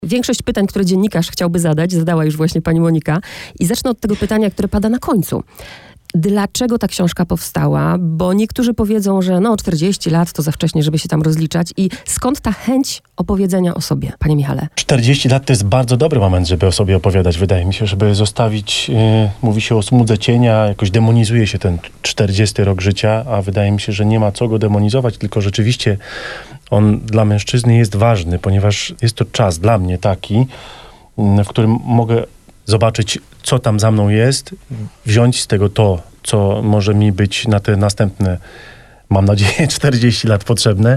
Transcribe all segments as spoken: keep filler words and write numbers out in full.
Większość pytań, które dziennikarz chciałby zadać, zadała już właśnie pani Monika. I zacznę od tego pytania, które pada na końcu. Dlaczego ta książka powstała? Bo niektórzy powiedzą, że no czterdzieści lat to za wcześnie, żeby się tam rozliczać. I skąd ta chęć opowiedzenia o sobie, panie Michale? czterdzieści lat to jest bardzo dobry moment, żeby o sobie opowiadać, wydaje mi się, żeby zostawić, yy, mówi się o smudze cienia, jakoś demonizuje się ten czterdziesty rok życia, a wydaje mi się, że nie ma co go demonizować, tylko rzeczywiście on dla mężczyzny jest ważny, ponieważ jest to czas dla mnie taki, w którym mogę zobaczyć, co tam za mną jest, wziąć z tego to, co może mi być na te następne, mam nadzieję, czterdzieści lat potrzebne,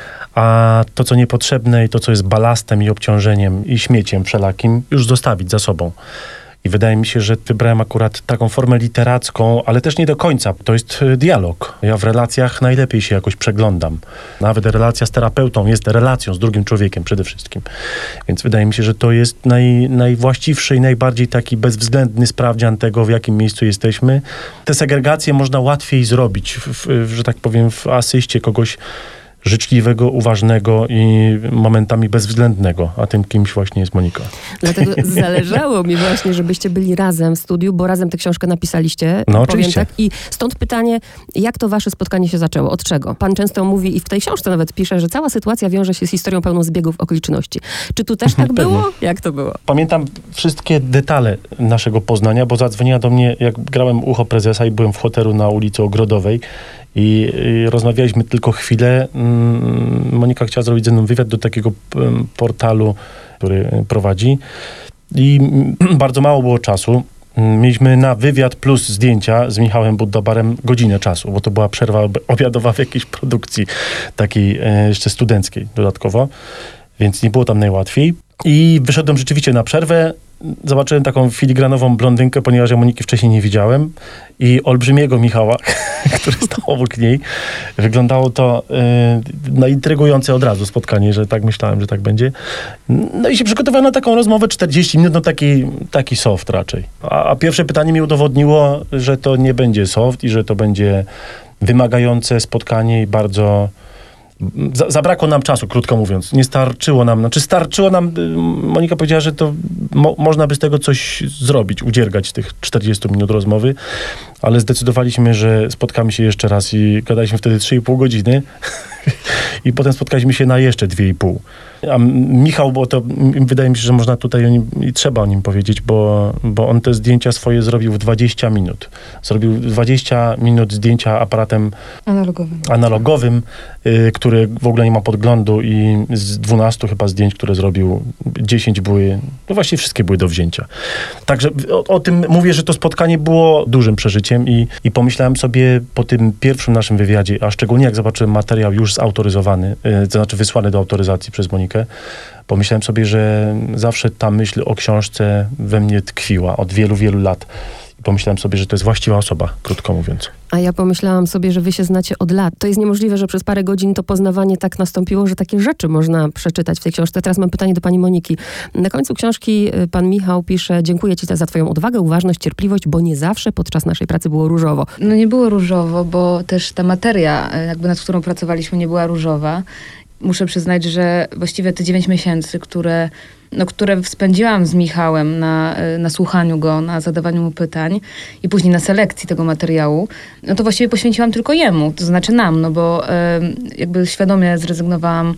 a to, co niepotrzebne i to, co jest balastem i obciążeniem i śmieciem wszelakim, już zostawić za sobą. I wydaje mi się, że wybrałem akurat taką formę literacką, ale też nie do końca. To jest dialog. Ja w relacjach najlepiej się jakoś przeglądam. Nawet relacja z terapeutą jest relacją z drugim człowiekiem przede wszystkim. Więc wydaje mi się, że to jest naj, najwłaściwszy i najbardziej taki bezwzględny sprawdzian tego, w jakim miejscu jesteśmy. Te segregacje można łatwiej zrobić, w, w, że tak powiem, w asyście kogoś życzliwego, uważnego i momentami bezwzględnego, a tym kimś właśnie jest Monika. Dlatego zależało mi właśnie, żebyście byli razem w studiu, bo razem tę książkę napisaliście. No oczywiście. Tak. I stąd pytanie, jak to wasze spotkanie się zaczęło? Od czego? Pan często mówi i w tej książce nawet pisze, że cała sytuacja wiąże się z historią pełną zbiegów okoliczności. Czy tu też tak było? Jak to było? Pamiętam wszystkie detale naszego poznania, bo zadzwoniła do mnie, jak grałem Ucho Prezesa i byłem w hotelu na ulicy Ogrodowej i, i rozmawialiśmy tylko chwilę. Monika chciała zrobić ze mną wywiad do takiego portalu, który prowadzi i bardzo mało było czasu. Mieliśmy na wywiad plus zdjęcia z Michałem Buddabarem godzinę czasu, bo to była przerwa obiadowa w jakiejś produkcji takiej jeszcze studenckiej dodatkowo, więc nie było tam najłatwiej. I wyszedłem rzeczywiście na przerwę. Zobaczyłem taką filigranową blondynkę, ponieważ ja Moniki wcześniej nie widziałem, i olbrzymiego Michała, który stał obok niej. Wyglądało to yy, no, intrygujące od razu spotkanie, że tak myślałem, że tak będzie. No i się przygotowałem na taką rozmowę czterdzieści minut, no taki, taki soft raczej. A, a pierwsze pytanie mi udowodniło, że to nie będzie soft i że to będzie wymagające spotkanie i bardzo... Zabrakło nam czasu, krótko mówiąc. Nie starczyło nam, znaczy starczyło nam, Monika powiedziała, że to mo, można by z tego coś zrobić, udziergać z tych czterdziestu minut rozmowy, ale zdecydowaliśmy, że spotkamy się jeszcze raz i gadaliśmy wtedy trzy i pół godziny i potem spotkaliśmy się na jeszcze dwie i pół. A Michał, bo to wydaje mi się, że można tutaj o nim i trzeba o nim powiedzieć, bo, bo on te zdjęcia swoje zrobił w dwadzieścia minut. Zrobił dwadzieścia minut zdjęcia aparatem analogowym, analogowym y, który w ogóle nie ma podglądu, i z dwunastu chyba zdjęć, które zrobił, dziesięć były, no właściwie wszystkie były do wzięcia. Także o, o tym mówię, że to spotkanie było dużym przeżyciem i, i pomyślałem sobie po tym pierwszym naszym wywiadzie, a szczególnie jak zobaczyłem materiał już zautoryzowany, y, to znaczy wysłany do autoryzacji przez Monikę, pomyślałem sobie, że zawsze ta myśl o książce we mnie tkwiła od wielu, wielu lat. I pomyślałem sobie, że to jest właściwa osoba, krótko mówiąc. A ja pomyślałam sobie, że wy się znacie od lat. To jest niemożliwe, że przez parę godzin to poznawanie tak nastąpiło, że takie rzeczy można przeczytać w tej książce. Teraz mam pytanie do pani Moniki. Na końcu książki pan Michał pisze: dziękuję ci za twoją odwagę, uważność, cierpliwość, bo nie zawsze podczas naszej pracy było różowo. No nie było różowo, bo też ta materia, jakby nad którą pracowaliśmy, nie była różowa. Muszę przyznać, że właściwie te dziewięć miesięcy, które, no, które spędziłam z Michałem na, na słuchaniu go, na zadawaniu mu pytań i później na selekcji tego materiału, no to właściwie poświęciłam tylko jemu, to znaczy nam, no bo e, jakby świadomie zrezygnowałam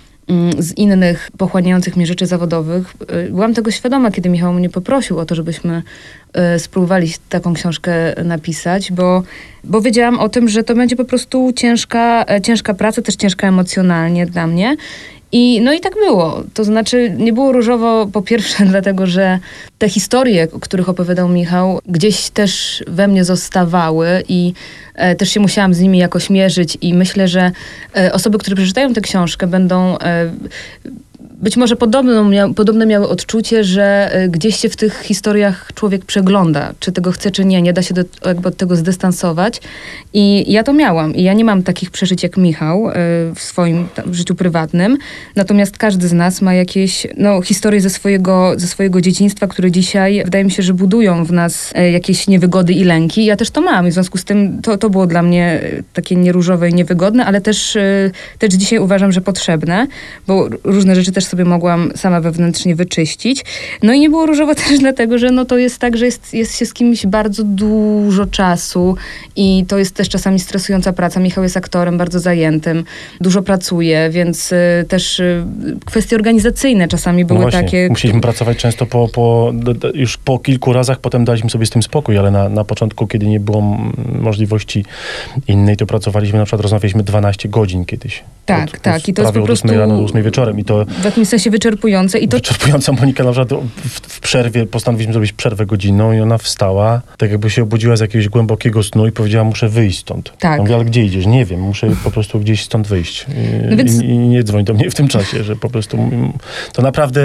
z innych pochłaniających mnie rzeczy zawodowych. Byłam tego świadoma, kiedy Michał mnie poprosił o to, żebyśmy y, spróbowali taką książkę napisać, bo, bo wiedziałam o tym, że to będzie po prostu ciężka, ciężka praca, też ciężka emocjonalnie dla mnie. I, no i tak było. To znaczy nie było różowo po pierwsze dlatego, że te historie, o których opowiadał Michał, gdzieś też we mnie zostawały i e, też się musiałam z nimi jakoś mierzyć i myślę, że e, osoby, które przeczytają tę książkę, będą e, być może podobną mia- podobne miały odczucie, że y, gdzieś się w tych historiach człowiek przegląda, czy tego chce, czy nie. Nie da się do, jakby od tego zdystansować. I ja to miałam. I ja nie mam takich przeżyć jak Michał y, w swoim tam, życiu prywatnym. Natomiast każdy z nas ma jakieś no, historie ze swojego, ze swojego dzieciństwa, które dzisiaj, wydaje mi się, że budują w nas y, jakieś niewygody i lęki. Ja też to mam. I w związku z tym to, to było dla mnie y, takie nieróżowe i niewygodne, ale też, y, też dzisiaj uważam, że potrzebne, bo różne rzeczy też sobie mogłam sama wewnętrznie wyczyścić. No i nie było różowo też dlatego, że no to jest tak, że jest, jest się z kimś bardzo dużo czasu i to jest też czasami stresująca praca. Michał jest aktorem bardzo zajętym, dużo pracuje, więc y, też y, kwestie organizacyjne czasami były no właśnie, takie... Musieliśmy pracować często po, po, już po kilku razach, potem daliśmy sobie z tym spokój, ale na, na początku, kiedy nie było możliwości innej, to pracowaliśmy, na przykład rozmawialiśmy dwanaście godzin kiedyś. Tak, od, tak. I to jest po od prostu... ósmej rano do ósmej wieczorem. I to w jakimś sensie wyczerpujące. I to... Wyczerpująca Monika, na przykład w, w przerwie, postanowiliśmy zrobić przerwę godzinną i ona wstała, tak jakby się obudziła z jakiegoś głębokiego snu i powiedziała, muszę wyjść stąd. Tak. Ja mówię, ale gdzie idziesz? Nie wiem, muszę po prostu gdzieś stąd wyjść. I, no więc... i, i nie dzwoń do mnie w tym czasie, że po prostu to naprawdę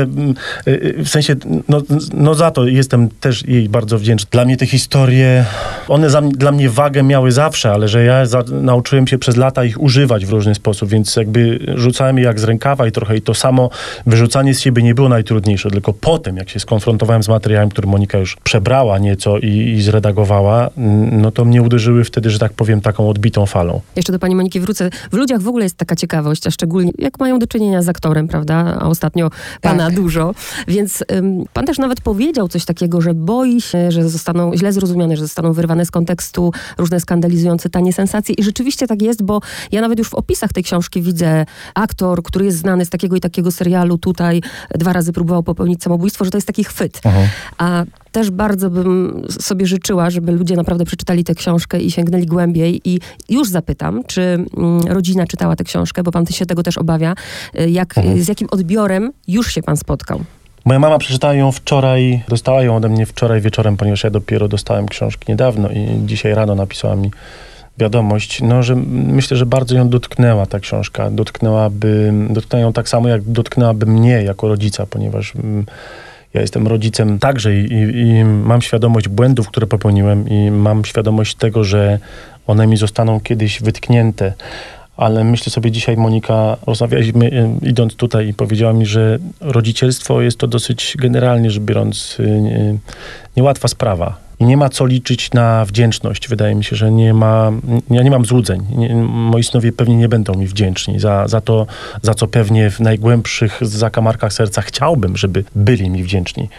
w sensie, no, no za to jestem też jej bardzo wdzięczny. Dla mnie te historie, one za, dla mnie wagę miały zawsze, ale że ja za, nauczyłem się przez lata ich używać w różny sposób, więc jakby rzucałem je jak z rękawa i trochę i to samo wyrzucanie z siebie nie było najtrudniejsze, tylko potem, jak się skonfrontowałem z materiałem, który Monika już przebrała nieco i, i zredagowała, no to mnie uderzyły wtedy, że tak powiem, taką odbitą falą. Jeszcze do pani Moniki wrócę. W ludziach w ogóle jest taka ciekawość, a szczególnie jak mają do czynienia z aktorem, prawda? A ostatnio pana tak. dużo. Więc ym, pan też nawet powiedział coś takiego, że boi się, że zostaną źle zrozumiane, że zostaną wyrwane z kontekstu różne skandalizujące tanie sensacje. I rzeczywiście tak jest, bo ja nawet już w opisach tej książki widzę aktor, który jest znany z takiego i takiego serialu, tutaj dwa razy próbował popełnić samobójstwo, że to jest taki chwyt. Aha. A też bardzo bym sobie życzyła, żeby ludzie naprawdę przeczytali tę książkę i sięgnęli głębiej. I już zapytam, czy mm, rodzina czytała tę książkę, bo pan się tego też obawia. Jak, z jakim odbiorem już się pan spotkał? Moja mama przeczytała ją wczoraj, dostała ją ode mnie wczoraj wieczorem, ponieważ ja dopiero dostałem książki niedawno i dzisiaj rano napisała mi wiadomość, no, że myślę, że bardzo ją dotknęła ta książka. Dotknęłaby, dotknęła ją tak samo, jak dotknęłaby mnie jako rodzica, ponieważ mm, ja jestem rodzicem także i, i, i mam świadomość błędów, które popełniłem i mam świadomość tego, że one mi zostaną kiedyś wytknięte. Ale myślę sobie dzisiaj, Monika, rozmawialiśmy idąc tutaj i powiedziała mi, że rodzicielstwo jest to dosyć generalnie rzecz biorąc nie, niełatwa sprawa. I nie ma co liczyć na wdzięczność. Wydaje mi się, że nie ma... Ja nie mam złudzeń. Nie, moi synowie pewnie nie będą mi wdzięczni za, za to, za co pewnie w najgłębszych zakamarkach serca chciałbym, żeby byli mi wdzięczni.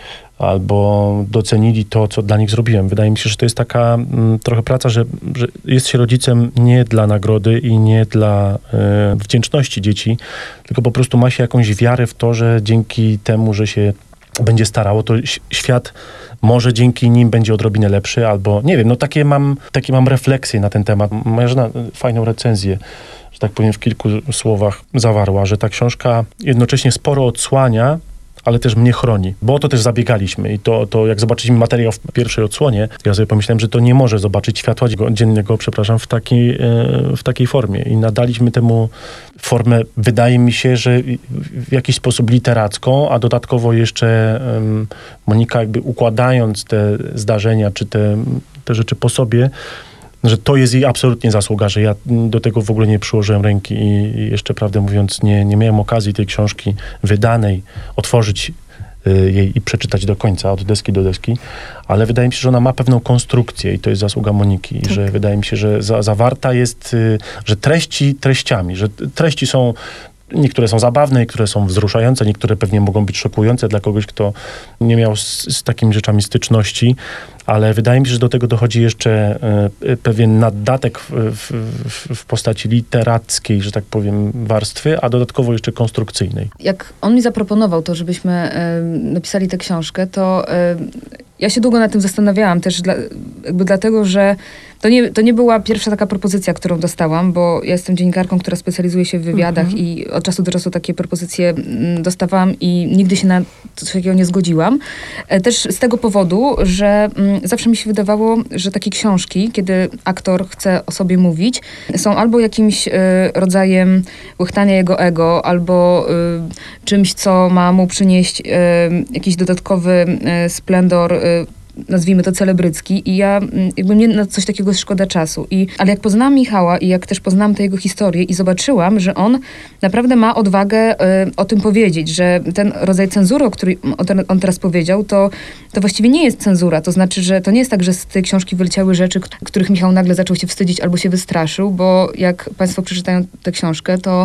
Albo docenili to, co dla nich zrobiłem. Wydaje mi się, że to jest taka m, trochę praca, że, że jest się rodzicem nie dla nagrody i nie dla e, wdzięczności dzieci, tylko po prostu ma się jakąś wiarę w to, że dzięki temu, że się będzie starało, to świat może dzięki nim będzie odrobinę lepszy, albo nie wiem, no takie mam, takie mam refleksje na ten temat. Moja żona fajną recenzję, że tak powiem, w kilku słowach zawarła, że ta książka jednocześnie sporo odsłania, ale też mnie chroni, bo o to też zabiegaliśmy i to, to jak zobaczyliśmy materiał w pierwszej odsłonie, ja sobie pomyślałem, że to nie może zobaczyć światła dziennego, przepraszam, w takiej, w takiej formie i nadaliśmy temu formę, wydaje mi się, że w jakiś sposób literacką, a dodatkowo jeszcze um, Monika jakby układając te zdarzenia, czy te, te rzeczy po sobie, że to jest jej absolutnie zasługa, że ja do tego w ogóle nie przyłożyłem ręki i jeszcze, prawdę mówiąc, nie, nie miałem okazji tej książki wydanej otworzyć y, jej i przeczytać do końca, od deski do deski, ale wydaje mi się, że ona ma pewną konstrukcję i to jest zasługa Moniki, tak. I że wydaje mi się, że za, zawarta jest, y, że treści treściami, że treści są niektóre są zabawne, niektóre są wzruszające, niektóre pewnie mogą być szokujące dla kogoś, kto nie miał z, z takimi rzeczami styczności, ale wydaje mi się, że do tego dochodzi jeszcze e, pewien naddatek w, w, w postaci literackiej, że tak powiem, warstwy, a dodatkowo jeszcze konstrukcyjnej. Jak on mi zaproponował to, żebyśmy e, napisali tę książkę, to e, ja się długo nad tym zastanawiałam też, dla, jakby dlatego, że to nie, to nie była pierwsza taka propozycja, którą dostałam, bo ja jestem dziennikarką, która specjalizuje się w wywiadach mhm. i od czasu do czasu takie propozycje dostawałam i nigdy się na coś takiego nie zgodziłam. Też z tego powodu, że zawsze mi się wydawało, że takie książki, kiedy aktor chce o sobie mówić, są albo jakimś y, rodzajem łechtania jego ego, albo y, czymś, co ma mu przynieść y, jakiś dodatkowy y, splendor, y, nazwijmy to celebrycki i ja jakby mnie na coś takiego szkoda czasu. I, ale jak poznałam Michała i jak też poznałam tę jego historię i zobaczyłam, że on naprawdę ma odwagę y, o tym powiedzieć, że ten rodzaj cenzury, o której on, on teraz powiedział, to, to właściwie nie jest cenzura. To znaczy, że to nie jest tak, że z tej książki wyleciały rzeczy, których Michał nagle zaczął się wstydzić albo się wystraszył, bo jak państwo przeczytają tę książkę, to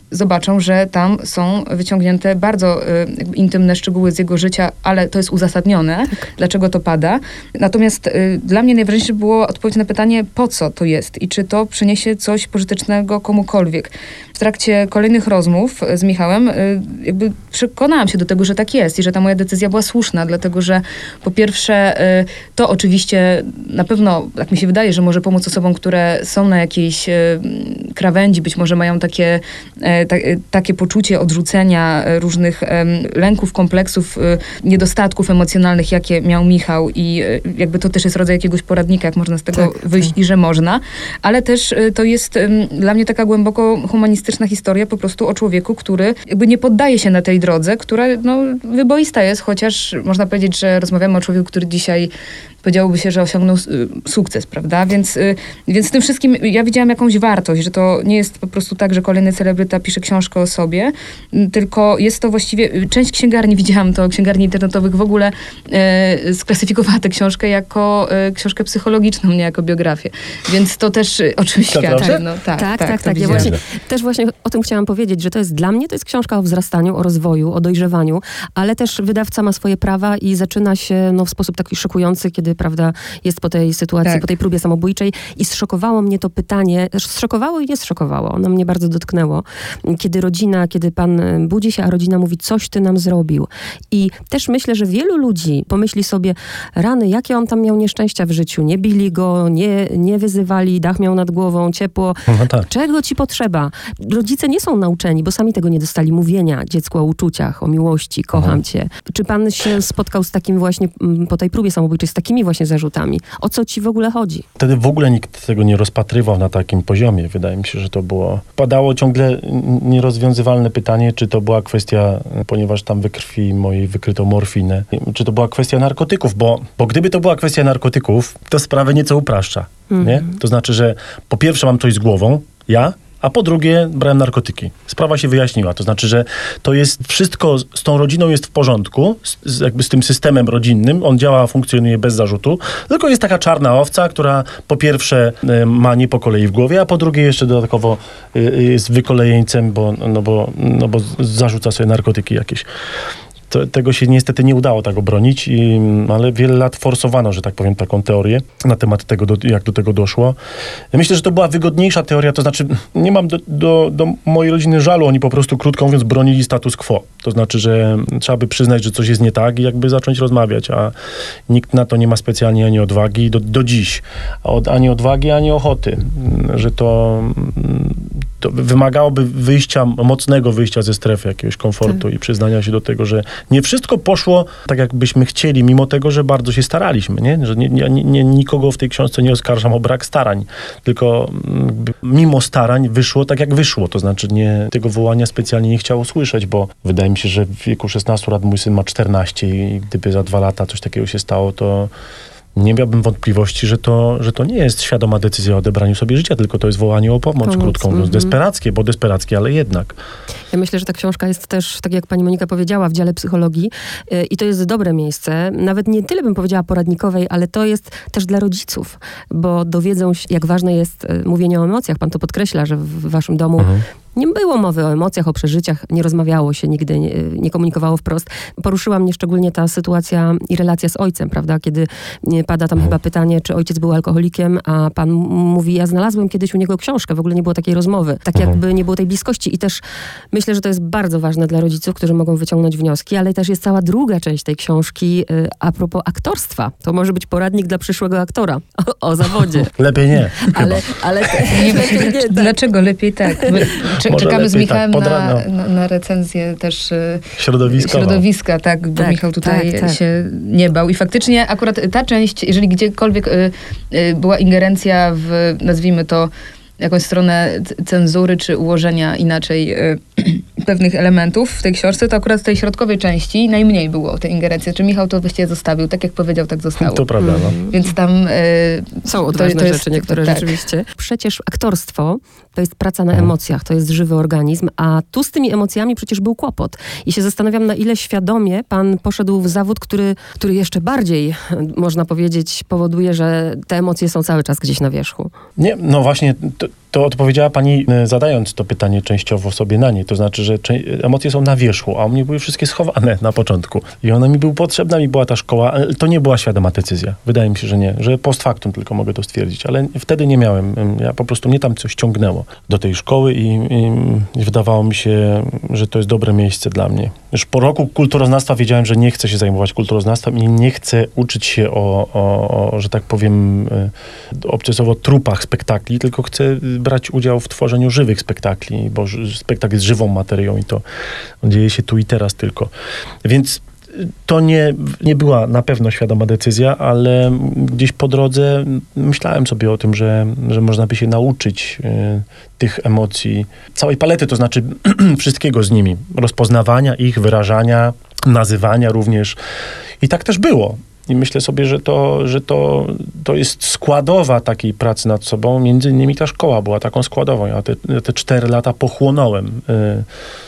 zobaczą, że tam są wyciągnięte bardzo y, jakby intymne szczegóły z jego życia, ale to jest uzasadnione, tak. dlaczego to pada. Natomiast y, dla mnie najważniejsze było odpowiedź na pytanie, po co to jest i czy to przyniesie coś pożytecznego komukolwiek. W trakcie kolejnych rozmów z Michałem y, jakby przekonałam się do tego, że tak jest i że ta moja decyzja była słuszna, dlatego że po pierwsze y, to oczywiście na pewno, tak mi się wydaje, że może pomóc osobom, które są na jakiejś y, krawędzi, być może mają takie, y, ta, y, takie poczucie odrzucenia y, różnych y, lęków, kompleksów, y, niedostatków emocjonalnych, jakie miał Michał i y, jakby to też jest rodzaj jakiegoś poradnika, jak można z tego tak, wyjść tak. i że można, ale też y, to jest y, dla mnie taka głęboko humanistyczna historia po prostu o człowieku, który jakby nie poddaje się na tej drodze, która no, wyboista jest, chociaż można powiedzieć, że rozmawiamy o człowieku, który dzisiaj powiedziałoby się, że osiągnął sukces, prawda? Więc, więc w tym wszystkim ja widziałam jakąś wartość, że to nie jest po prostu tak, że kolejny celebryta pisze książkę o sobie, tylko jest to właściwie, część księgarni, widziałam to, księgarni internetowych w ogóle e, sklasyfikowała tę książkę jako e, książkę psychologiczną, nie jako biografię. Więc to też e, oczywiście... To tak, no, tak, tak, tak, tak, tak. Ja właśnie, też właśnie o tym chciałam powiedzieć, że to jest dla mnie, to jest książka o wzrastaniu, o rozwoju, o dojrzewaniu, ale też wydawca ma swoje prawa i zaczyna się no, w sposób taki szokujący, kiedy prawda, jest po tej sytuacji, tak. po tej próbie samobójczej i zszokowało mnie to pytanie, zszokowało i nie zszokowało, ono mnie bardzo dotknęło, kiedy rodzina, kiedy pan budzi się, a rodzina mówi, coś ty nam zrobił. I też myślę, że wielu ludzi pomyśli sobie, rany, jakie on tam miał nieszczęścia w życiu, nie bili go, nie, nie wyzywali, dach miał nad głową, ciepło, no tak. czego ci potrzeba? Rodzice nie są nauczeni, bo sami tego nie dostali mówienia dziecku o uczuciach, o miłości, kocham mhm. cię. Czy pan się spotkał z takim właśnie, po tej próbie samobójczej, z takimi właśnie zarzutami? O co ci w ogóle chodzi? Wtedy w ogóle nikt tego nie rozpatrywał na takim poziomie. Wydaje mi się, że to było... Padało ciągle nierozwiązywalne pytanie, czy to była kwestia, ponieważ tam we krwi mojej wykryto morfinę, czy to była kwestia narkotyków, bo, bo gdyby to była kwestia narkotyków, to sprawę nieco upraszcza. Mhm. Nie? To znaczy, że po pierwsze mam coś z głową, ja, a po drugie brałem narkotyki. Sprawa się wyjaśniła. To znaczy, że to jest wszystko z tą rodziną jest w porządku, z, jakby z tym systemem rodzinnym. On działa, funkcjonuje bez zarzutu. Tylko jest taka czarna owca, która po pierwsze y, ma nie po kolei w głowie, a po drugie jeszcze dodatkowo y, jest wykolejeńcem, bo, no bo, no bo zarzuca sobie narkotyki jakieś. To, tego się niestety nie udało tak obronić, i, ale wiele lat forsowano, że tak powiem, taką teorię na temat tego, do, jak do tego doszło. Ja myślę, że to była wygodniejsza teoria, to znaczy nie mam do, do, do mojej rodziny żalu, oni po prostu, krótko mówiąc, bronili status quo. To znaczy, że trzeba by przyznać, że coś jest nie tak i jakby zacząć rozmawiać, a nikt na to nie ma specjalnie ani odwagi do, do dziś. Od, ani odwagi, ani ochoty. Że to... To wymagałoby wyjścia, mocnego wyjścia ze strefy jakiegoś komfortu tak. i przyznania się do tego, że nie wszystko poszło tak, jakbyśmy chcieli, mimo tego, że bardzo się staraliśmy, nie? Że nie, nie, nie, nikogo w tej książce nie oskarżam o brak starań, tylko mimo starań wyszło tak, jak wyszło. To znaczy nie, tego wołania specjalnie nie chciało słyszeć, bo wydaje mi się, że w wieku szesnastu lat mój syn ma czternaście i gdyby za dwa lata coś takiego się stało, to nie miałbym wątpliwości, że to, że to nie jest świadoma decyzja o odebraniu sobie życia, tylko to jest wołanie o pomoc, pomoc krótko mówiąc. Mm-hmm. Desperackie, bo desperackie, ale jednak. Ja myślę, że ta książka jest też, tak jak pani Monika powiedziała, w dziale psychologii yy, i to jest dobre miejsce. Nawet nie tyle bym powiedziała poradnikowej, ale to jest też dla rodziców, bo dowiedzą się, jak ważne jest yy, mówienie o emocjach. Pan to podkreśla, że w, w waszym domu mm-hmm. nie było mowy o emocjach, o przeżyciach, nie rozmawiało się, nigdy nie, nie komunikowało wprost. Poruszyła mnie szczególnie ta sytuacja i relacja z ojcem, prawda, kiedy pada tam chyba pytanie, czy ojciec był alkoholikiem, a pan mówi, ja znalazłem kiedyś u niego książkę, w ogóle nie było takiej rozmowy, tak jakby nie było tej bliskości i też myślę, że to jest bardzo ważne dla rodziców, którzy mogą wyciągnąć wnioski, ale też jest cała druga część tej książki y, a propos aktorstwa. To może być poradnik dla przyszłego aktora o, o zawodzie. Lepiej nie. Ale, ale nie, lepiej nie, tak. Dlaczego lepiej tak? My, czekamy z Michałem tak, na, na, na recenzję też środowiska, tak, bo tak, Michał tutaj tak, tak. się nie bał. I faktycznie akurat ta część, jeżeli gdziekolwiek y, y, była ingerencja w, nazwijmy to, jakąś stronę cenzury, czy ułożenia inaczej y, pewnych elementów w tej książce, to akurat w tej środkowej części najmniej było tej ingerencji. Czy Michał to właściwie zostawił, tak jak powiedział, tak zostało. To prawda, no. Więc tam... Y, Są odważne to, to rzeczy, jest, niektóre tak. rzeczywiście. Przecież aktorstwo to jest praca na emocjach, to jest żywy organizm, a tu z tymi emocjami przecież był kłopot. I się zastanawiam, na ile świadomie pan poszedł w zawód, który, który jeszcze bardziej, można powiedzieć, powoduje, że te emocje są cały czas gdzieś na wierzchu. Nie, no właśnie... To... To to odpowiedziała pani e, zadając to pytanie częściowo sobie na nie. To znaczy, że cze- emocje są na wierzchu, a u mnie były wszystkie schowane na początku. I ona mi był potrzebna, mi była ta szkoła, ale to nie była świadoma decyzja. Wydaje mi się, że nie, że post factum tylko mogę to stwierdzić, ale wtedy nie miałem. Ja po prostu mnie tam coś ciągnęło do tej szkoły i, i, i wydawało mi się, że to jest dobre miejsce dla mnie. Już po roku kulturoznawstwa wiedziałem, że nie chcę się zajmować kulturoznawstwem i nie chcę uczyć się o, o, o że tak powiem, obcesowo trupach spektakli, tylko chcę brać udział w tworzeniu żywych spektakli, bo spektakl jest żywą materią i to dzieje się tu i teraz tylko. Więc to nie, nie była na pewno świadoma decyzja, ale gdzieś po drodze myślałem sobie o tym, że, że można by się nauczyć y, tych emocji, całej palety, to znaczy wszystkiego z nimi. Rozpoznawania ich, wyrażania, nazywania również. I tak też było. I myślę sobie, że to, że to, to jest składowa takiej pracy nad sobą. Między innymi ta szkoła była taką składową. Ja te, te cztery lata pochłonąłem y,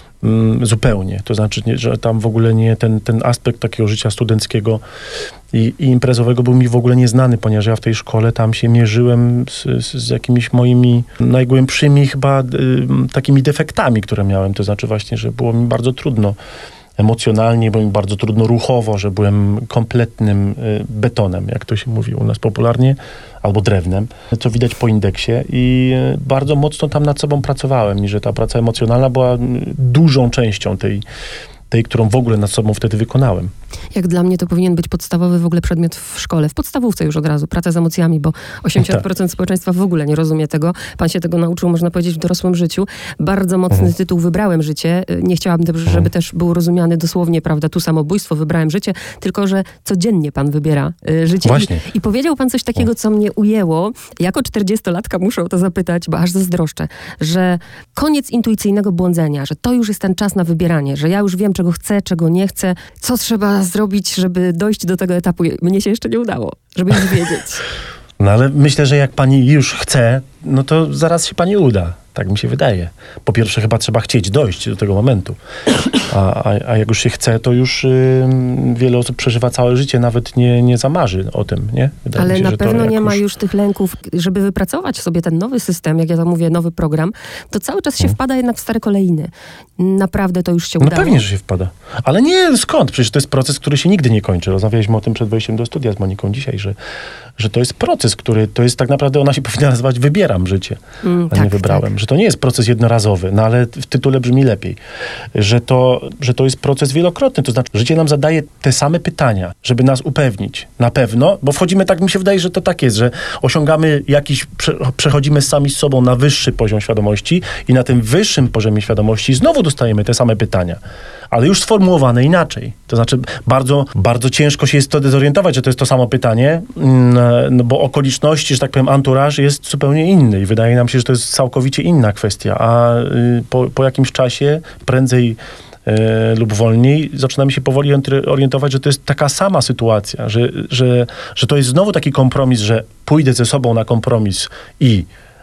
zupełnie. To znaczy, nie, że tam w ogóle nie ten, ten aspekt takiego życia studenckiego i, i imprezowego był mi w ogóle nieznany, ponieważ ja w tej szkole tam się mierzyłem z, z, z jakimiś moimi najgłębszymi chyba y, takimi defektami, które miałem. To znaczy właśnie, że było mi bardzo trudno emocjonalnie, było mi bardzo trudno ruchowo, że byłem kompletnym y, betonem, jak to się mówi u nas popularnie, albo drewnem, co widać po indeksie i y, bardzo mocno tam nad sobą pracowałem i że ta praca emocjonalna była y, dużą częścią tej, tej, którą w ogóle nad sobą wtedy wykonałem. Jak dla mnie to powinien być podstawowy w ogóle przedmiot w szkole, w podstawówce już od razu, praca z emocjami, bo osiemdziesiąt procent tak. społeczeństwa w ogóle nie rozumie tego. Pan się tego nauczył, można powiedzieć, w dorosłym życiu. Bardzo mocny mhm. tytuł Wybrałem życie. Nie chciałabym, żeby mhm. też był rozumiany dosłownie, prawda, tu samobójstwo, wybrałem życie, tylko że codziennie pan wybiera y, życie. Właśnie. I, I powiedział pan coś takiego, co mnie ujęło. Jako czterdziestolatka muszę o to zapytać, bo aż zazdroszczę, że koniec intuicyjnego błądzenia, że to już jest ten czas na wybieranie, że ja już wiem, czego chcę, czego nie chcę, co trzeba zrobić, żeby dojść do tego etapu. Mnie się jeszcze nie udało, żeby już wiedzieć. No ale myślę, że jak pani już chce, no to zaraz się pani uda. Tak mi się wydaje. Po pierwsze chyba trzeba chcieć dojść do tego momentu. A, a, a jak już się chce, to już y, wiele osób przeżywa całe życie, nawet nie, nie zamarzy o tym, nie? Wydaje Ale mi się, na że pewno to nie ma już... już tych lęków, żeby wypracować sobie ten nowy system, jak ja to mówię, nowy program, to cały czas się hmm. wpada jednak w stare kolejny. Naprawdę to już się udało? No pewnie, że się wpada. Ale nie, skąd? Przecież to jest proces, który się nigdy nie kończy. Rozmawialiśmy o tym przed wejściem do studia z Moniką dzisiaj, że, że to jest proces, który, to jest tak naprawdę, ona się powinna nazywać wybieram życie, mm, a tak, nie wybrałem. Tak. Że to nie jest proces jednorazowy, no ale w tytule brzmi lepiej. Że to, że to jest proces wielokrotny, to znaczy życie nam zadaje te same pytania, żeby nas upewnić. Na pewno, bo wchodzimy, tak mi się wydaje, że to tak jest, że osiągamy jakiś, prze, przechodzimy sami z sobą na wyższy poziom świadomości i na tym wyższym poziomie świadomości znowu dostajemy te same pytania, ale już sformułowane inaczej. To znaczy bardzo, bardzo ciężko się jest to zorientować, że to jest to samo pytanie, no bo okoliczności, że tak powiem, anturaż jest zupełnie inny i wydaje nam się, że to jest całkowicie inna kwestia, a po, po jakimś czasie, prędzej e, lub wolniej, zaczynamy się powoli orientować, że to jest taka sama sytuacja, że, że, że to jest znowu taki kompromis, że pójdę ze sobą na kompromis i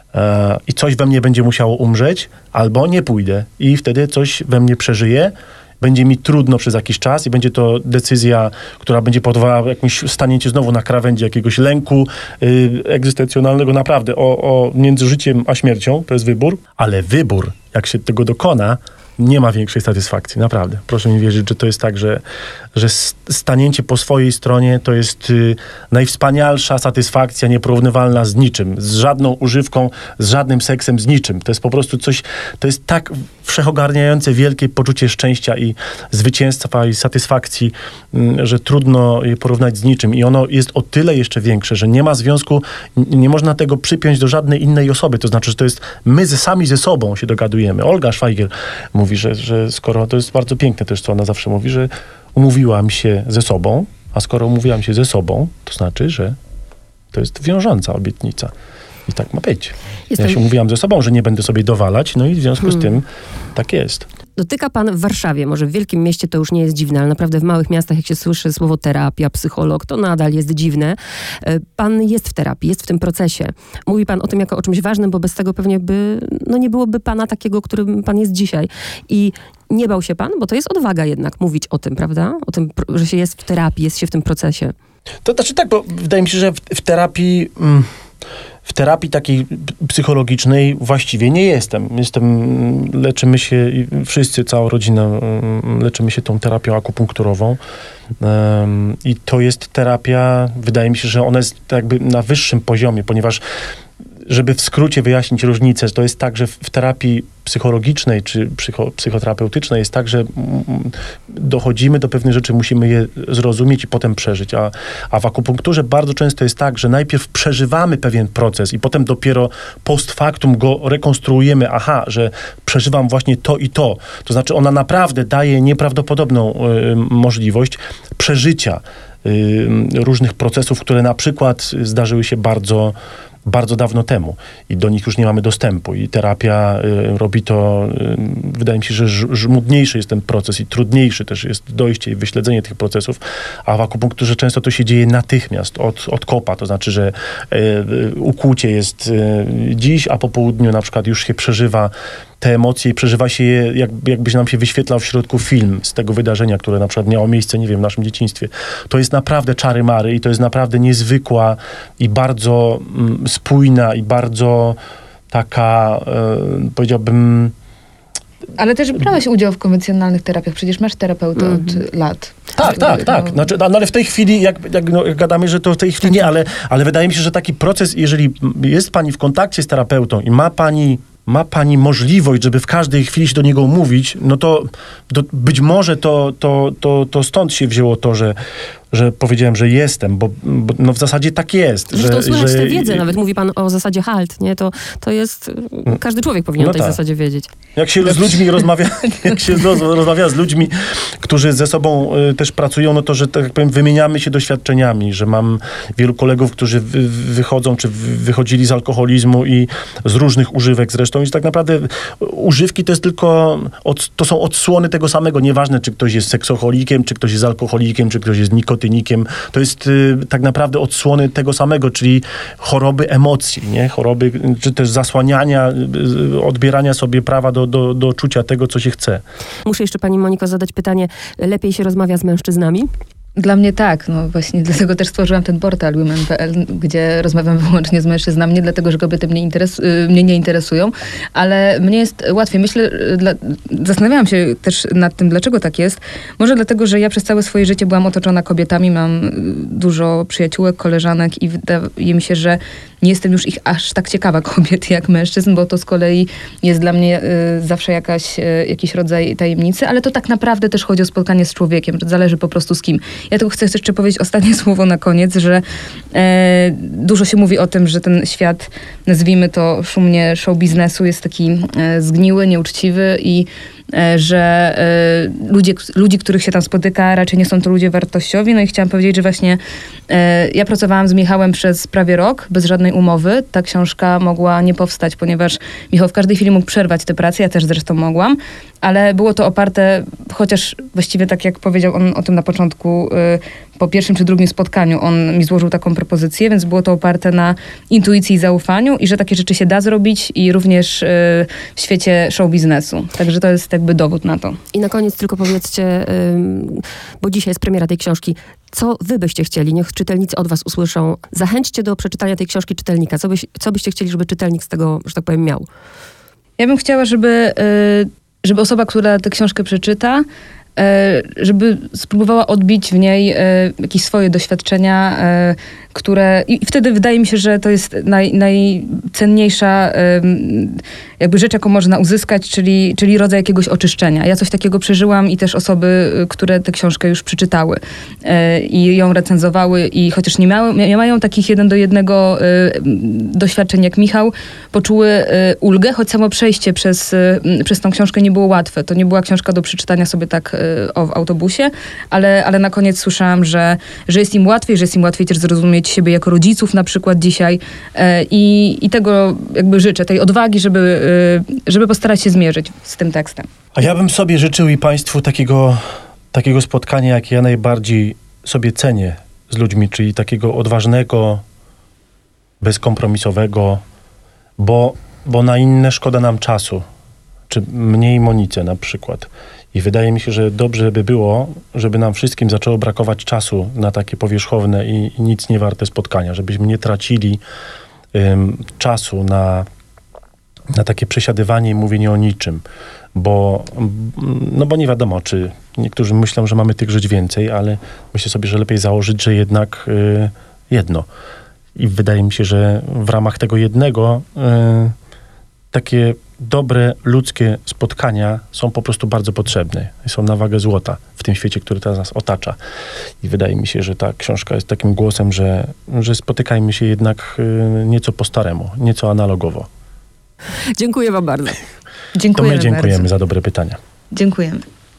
i coś we mnie będzie musiało umrzeć, albo nie pójdę. I wtedy coś we mnie przeżyje, będzie mi trudno przez jakiś czas i będzie to decyzja, która będzie powodowała jakieś stanięcie znowu na krawędzi jakiegoś lęku yy, egzystencjonalnego, naprawdę, o, o między życiem a śmiercią. To jest wybór, ale wybór, jak się tego dokona, nie ma większej satysfakcji, naprawdę. Proszę mi wierzyć, że to jest tak, że, że stanięcie po swojej stronie to jest y, najwspanialsza satysfakcja, nieporównywalna z niczym, z żadną używką, z żadnym seksem, z niczym. To jest po prostu coś, to jest tak wszechogarniające wielkie poczucie szczęścia i zwycięstwa i satysfakcji, y, że trudno je porównać z niczym. I ono jest o tyle jeszcze większe, że nie ma związku, nie można tego przypiąć do żadnej innej osoby. To znaczy, że to jest my ze, sami ze sobą się dogadujemy. Olga Szwajgier mówi, że, że skoro, to jest bardzo piękne też, co ona zawsze mówi, że umówiłam się ze sobą, a skoro umówiłam się ze sobą, to znaczy, że to jest wiążąca obietnica. I tak ma być. Jestem... Ja się umówiłam ze sobą, że nie będę sobie dowalać, no i w związku hmm. z tym tak jest. Dotyka pan w Warszawie, może w wielkim mieście to już nie jest dziwne, ale naprawdę w małych miastach, jak się słyszy słowo terapia, psycholog, to nadal jest dziwne. Pan jest w terapii, jest w tym procesie. Mówi pan o tym jako o czymś ważnym, bo bez tego pewnie by, no nie byłoby pana takiego, którym pan jest dzisiaj. I nie bał się pan, bo to jest odwaga jednak mówić o tym, prawda? O tym, że się jest w terapii, jest się w tym procesie. To znaczy tak, bo wydaje mi się, że w, w terapii... Mm, w terapii takiej psychologicznej właściwie nie jestem. Jestem, leczymy się, wszyscy, cała rodzina, leczymy się tą terapią akupunkturową. Um, I to jest terapia, wydaje mi się, że ona jest jakby na wyższym poziomie, ponieważ żeby w skrócie wyjaśnić różnicę, to jest tak, że w terapii psychologicznej czy psycho, psychoterapeutycznej jest tak, że mm, dochodzimy do pewnych rzeczy, musimy je zrozumieć i potem przeżyć. A, a w akupunkturze bardzo często jest tak, że najpierw przeżywamy pewien proces i potem dopiero post factum go rekonstruujemy. Aha, że przeżywam właśnie to i to. To znaczy ona naprawdę daje nieprawdopodobną y, możliwość przeżycia y, różnych procesów, które na przykład zdarzyły się bardzo bardzo dawno temu i do nich już nie mamy dostępu i terapia y, robi to, y, wydaje mi się, że ż, żmudniejszy jest ten proces i trudniejszy też jest dojście i wyśledzenie tych procesów, a w akupunkturze często to się dzieje natychmiast, od, od kopa, to znaczy, że y, y, ukłucie jest y, dziś, a po południu na przykład już się przeżywa te emocje i przeżywa się je, jak, jakby się nam się wyświetlał w środku film z tego wydarzenia, które na przykład miało miejsce, nie wiem, w naszym dzieciństwie. To jest naprawdę czary-mary i to jest naprawdę niezwykła i bardzo mm, spójna i bardzo taka, e, powiedziałbym... Ale też brałeś udział w konwencjonalnych terapiach, przecież masz terapeutę mm. od lat. Tak, tak, tak. Znaczy, no, ale w tej chwili, jak, jak, no, jak gadamy, że to w tej chwili nie, ale, ale wydaje mi się, że taki proces, jeżeli jest pani w kontakcie z terapeutą i ma pani ma pani możliwość, żeby w każdej chwili się do niego umówić, no to, to być może to, to, to, to stąd się wzięło to, że, że powiedziałem, że jestem, bo, bo no w zasadzie tak jest. Zresztą że, słychać że, tę wiedzę, nawet mówi pan o zasadzie halt, nie? To, to jest, każdy człowiek powinien no o tej tak. zasadzie wiedzieć. Jak się z ludźmi rozmawia, jak się roz, rozmawia z ludźmi, którzy ze sobą y, też pracują, no to, że tak powiem, wymieniamy się doświadczeniami, że mam wielu kolegów, którzy wy, wychodzą, czy wychodzili z alkoholizmu i z różnych używek zresztą, i że tak naprawdę używki to jest tylko, od, to są odsłony tego samego, nieważne, czy ktoś jest seksoholikiem, czy ktoś jest alkoholikiem, czy ktoś jest nikotynikiem, to jest y, tak naprawdę odsłony tego samego, czyli choroby emocji, nie? Choroby, czy też zasłaniania, y, odbierania sobie prawa do, do, do czucia tego, co się chce. Muszę jeszcze pani Moniko zadać pytanie, lepiej się rozmawia z mężczyznami? Dla mnie tak, no właśnie dlatego też stworzyłam ten portal women kropka p l, gdzie rozmawiam wyłącznie z mężczyznami, nie dlatego, że kobiety mnie, interesu- mnie nie interesują, ale mnie jest łatwiej. Myślę, dla, zastanawiałam się też nad tym, dlaczego tak jest. Może dlatego, że ja przez całe swoje życie byłam otoczona kobietami, mam dużo przyjaciółek, koleżanek i wydaje mi się, że nie jestem już ich aż tak ciekawa kobiet jak mężczyzn, bo to z kolei jest dla mnie y, zawsze jakaś, y, jakiś rodzaj tajemnicy, ale to tak naprawdę też chodzi o spotkanie z człowiekiem, zależy po prostu z kim. Ja tylko chcę jeszcze powiedzieć ostatnie słowo na koniec, że e, dużo się mówi o tym, że ten świat, nazwijmy to szumnie show biznesu, jest taki e, zgniły, nieuczciwy i e, że e, ludzie, ludzi, których się tam spotyka, raczej nie są to ludzie wartościowi. No i chciałam powiedzieć, że właśnie e, ja pracowałam z Michałem przez prawie rok, bez żadnej umowy. Ta książka mogła nie powstać, ponieważ Michał w każdej chwili mógł przerwać tę pracę, ja też zresztą mogłam, ale było to oparte, chociaż właściwie tak jak powiedział on o tym na początku, y, po pierwszym czy drugim spotkaniu on mi złożył taką propozycję, więc było to oparte na intuicji i zaufaniu i że takie rzeczy się da zrobić i również y, w świecie show biznesu. Także to jest jakby dowód na to. I na koniec tylko powiedzcie, ym, bo dzisiaj jest premiera tej książki, co wy byście chcieli? Niech czytelnicy od was usłyszą. Zachęćcie do przeczytania tej książki czytelnika. Co, byś, co byście chcieli, żeby czytelnik z tego, że tak powiem, miał? Ja bym chciała, żeby, y, żeby osoba, która tę książkę przeczyta, żeby spróbowała odbić w niej jakieś swoje doświadczenia, które... I wtedy wydaje mi się, że to jest naj, najcenniejsza jakby rzecz, jaką można uzyskać, czyli, czyli rodzaj jakiegoś oczyszczenia. Ja coś takiego przeżyłam i też osoby, które tę książkę już przeczytały i ją recenzowały i chociaż nie, miały, nie mają takich jeden do jednego doświadczeń jak Michał, poczuły ulgę, choć samo przejście przez, przez tą książkę nie było łatwe. To nie była książka do przeczytania sobie tak o, w autobusie, ale, ale na koniec słyszałam, że, że jest im łatwiej, że jest im łatwiej też zrozumieć siebie jako rodziców na przykład dzisiaj i, i tego jakby życzę, tej odwagi, żeby, żeby postarać się zmierzyć z tym tekstem. A ja bym sobie życzył i państwu takiego, takiego spotkania, jakie ja najbardziej sobie cenię z ludźmi, czyli takiego odważnego, bezkompromisowego, bo, bo na inne szkoda nam czasu, czy mnie i Monice na przykład. I wydaje mi się, że dobrze by było, żeby nam wszystkim zaczęło brakować czasu na takie powierzchowne i, i nic nie warte spotkania, żebyśmy nie tracili ym, czasu na, na takie przesiadywanie i mówienie o niczym, bo, no bo nie wiadomo, czy niektórzy myślą, że mamy tych żyć więcej, ale myślę sobie, że lepiej założyć, że jednak y, jedno. I wydaje mi się, że w ramach tego jednego y, takie dobre, ludzkie spotkania są po prostu bardzo potrzebne. Są na wagę złota w tym świecie, który teraz nas otacza. I wydaje mi się, że ta książka jest takim głosem, że, że spotykajmy się jednak y, nieco po staremu, nieco analogowo. Dziękuję wam bardzo. Dziękujemy To my dziękujemy bardzo. za dobre pytania. Dziękujemy.